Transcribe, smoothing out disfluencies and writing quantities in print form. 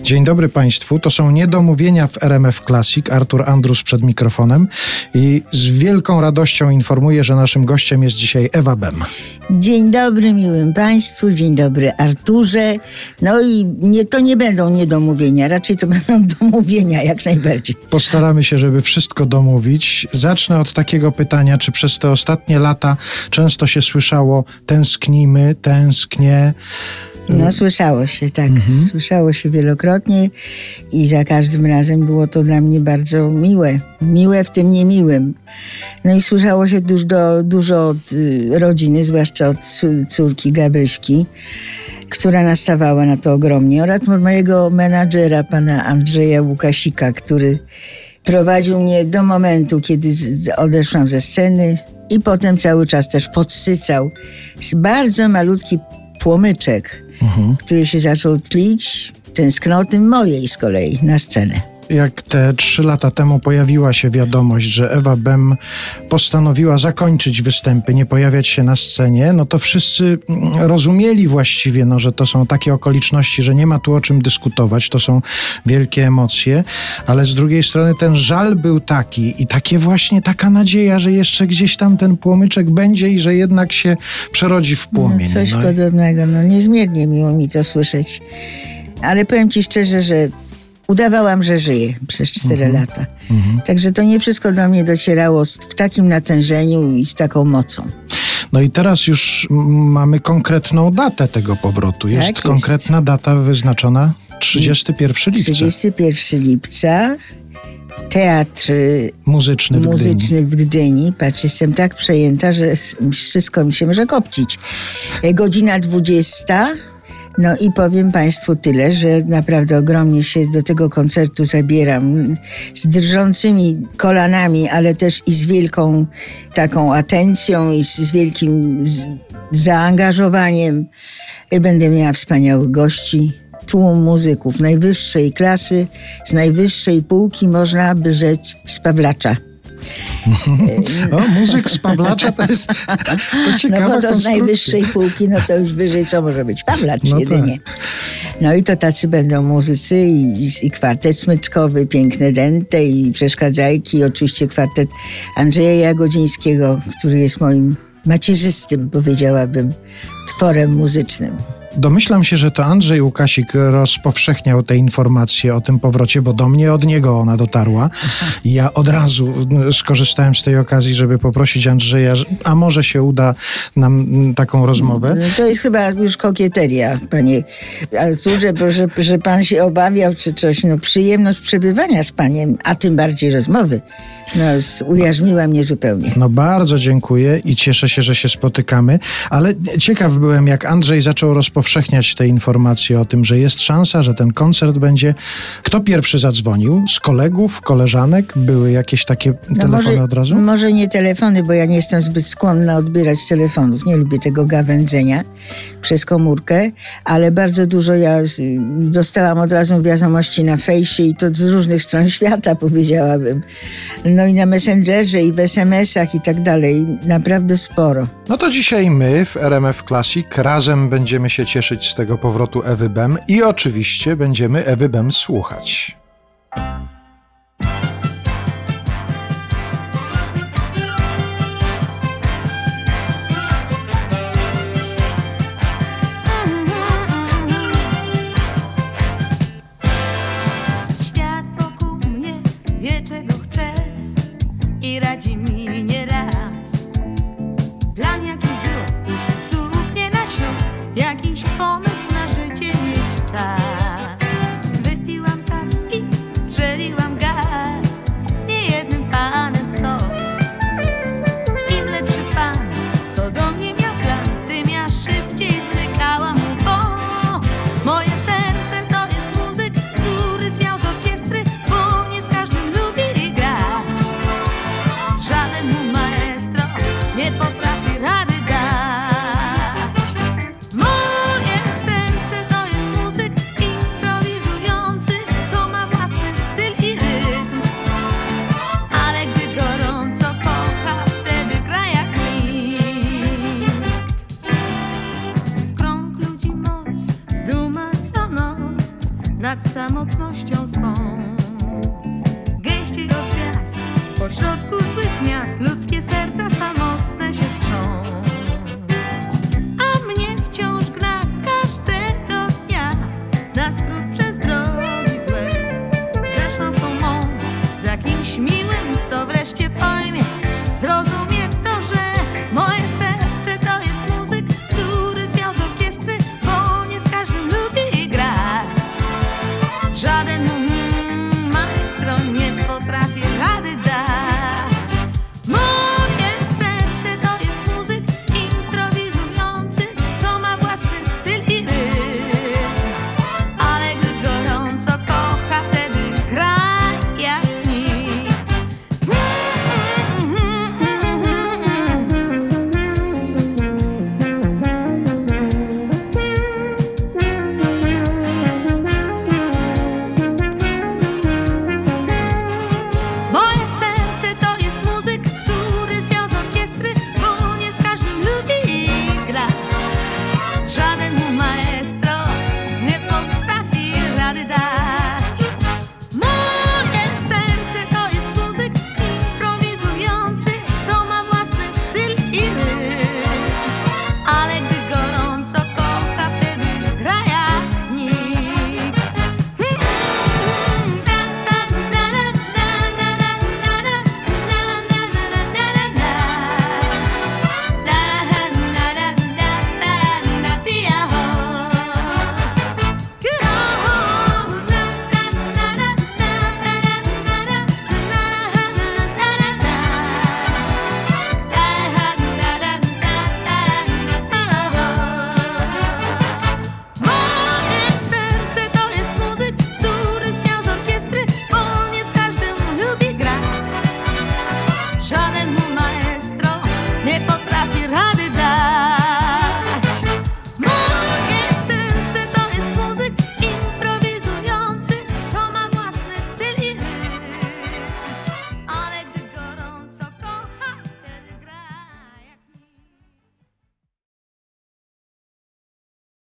Dzień dobry Państwu, to są Niedomówienia w RMF Classic. Artur Andrus przed mikrofonem i z wielką radością informuję, że naszym gościem jest dzisiaj Ewa Bem. Dzień dobry miłym Państwu, dzień dobry Arturze. No i to nie będą niedomówienia, raczej to będą domówienia jak najbardziej. Postaramy się, żeby wszystko domówić. Zacznę od takiego pytania, czy przez te ostatnie lata często się słyszało tęsknimy, tęsknię? No słyszało się, tak. Słyszało się wielokrotnie i za każdym razem było to dla mnie bardzo miłe. Miłe w tym niemiłym. No i słyszało się dużo od rodziny, zwłaszcza od córki Gabryśki, która nastawała na to ogromnie, oraz od mojego menadżera, pana Andrzeja Łukasika, który prowadził mnie do momentu, kiedy odeszłam ze sceny i potem cały czas też podsycał. Bardzo malutki płomyczek, który się zaczął tlić tęsknoty mojej z kolei na scenę. Jak te 3 lata temu pojawiła się wiadomość, że Ewa Bem postanowiła zakończyć występy, nie pojawiać się na scenie, no to wszyscy rozumieli właściwie, że to są takie okoliczności, że nie ma tu o czym dyskutować, to są wielkie emocje, ale z drugiej strony ten żal był taki i taka nadzieja, że jeszcze gdzieś tam ten płomyczek będzie i że jednak się przerodzi w płomień. Coś podobnego, niezmiernie miło mi to słyszeć, ale powiem ci szczerze, że udawałam, że żyję przez 4 lata. Także to nie wszystko do mnie docierało w takim natężeniu i z taką mocą. No i teraz już mamy konkretną datę tego powrotu. Jest konkretna data wyznaczona 31 lipca. 31 lipca. Teatr muzyczny w Gdyni. Patrz, jestem tak przejęta, że wszystko mi się może kopcić. Godzina 20. No i powiem Państwu tyle, że naprawdę ogromnie się do tego koncertu zabieram. Z drżącymi kolanami, ale też i z wielką taką atencją i z wielkim zaangażowaniem. Będę miała wspaniałych gości. Tłum muzyków najwyższej klasy, z najwyższej półki, można by rzec, z Pawlacza. Muzyk z Pawlacza to jest to ciekawa bo to z najwyższej półki, to już wyżej co może być? Pawlacz jedynie. Tak. No i to tacy będą muzycy i kwartet smyczkowy, piękne dente i przeszkadzajki, i oczywiście kwartet Andrzeja Jagodzińskiego, który jest moim macierzystym, powiedziałabym, tworem muzycznym. Domyślam się, że to Andrzej Łukasik rozpowszechniał te informacje o tym powrocie, bo do mnie od niego ona dotarła. I ja od razu skorzystałem z tej okazji, żeby poprosić Andrzeja, a może się uda nam taką rozmowę. To jest chyba już kokieteria, panie Arturze, że pan się obawiał czy coś. Przyjemność przebywania z paniem, a tym bardziej rozmowy. Ujarzmiła mnie zupełnie. Bardzo dziękuję i cieszę się, że się spotykamy, ale ciekaw byłem, jak Andrzej zaczął rozpowszechniać te informacje o tym, że jest szansa, że ten koncert będzie. Kto pierwszy zadzwonił? Z kolegów, koleżanek? Były jakieś takie telefony od razu? Może nie telefony, bo ja nie jestem zbyt skłonna odbierać telefonów. Nie lubię tego gawędzenia przez komórkę, ale bardzo dużo ja dostałam od razu wiadomości na fejsie i to z różnych stron świata, powiedziałabym. No i na Messengerze i w SMS-ach i tak dalej. Naprawdę sporo. No to dzisiaj my w RMF Classic razem będziemy się cieszyć z tego powrotu Ewy Bem i oczywiście będziemy Ewy Bem słuchać. Świat wokół mnie wie, czego chce i radzi mi nieraz. Plan jakiś zrób, już suknie na ślub, jakiś pomysł na życie, mieć czas. Wypiłam kawki nad samotnością swą. Gęściej od gwiazd, pośrodku złych miast, ludzkie serca samotne się skrzą. A mnie wciąż gna każdego dnia na skrót przez drogi złe. Za szansą mą, za kimś miłym, kto wreszcie pojmie, zrozumie.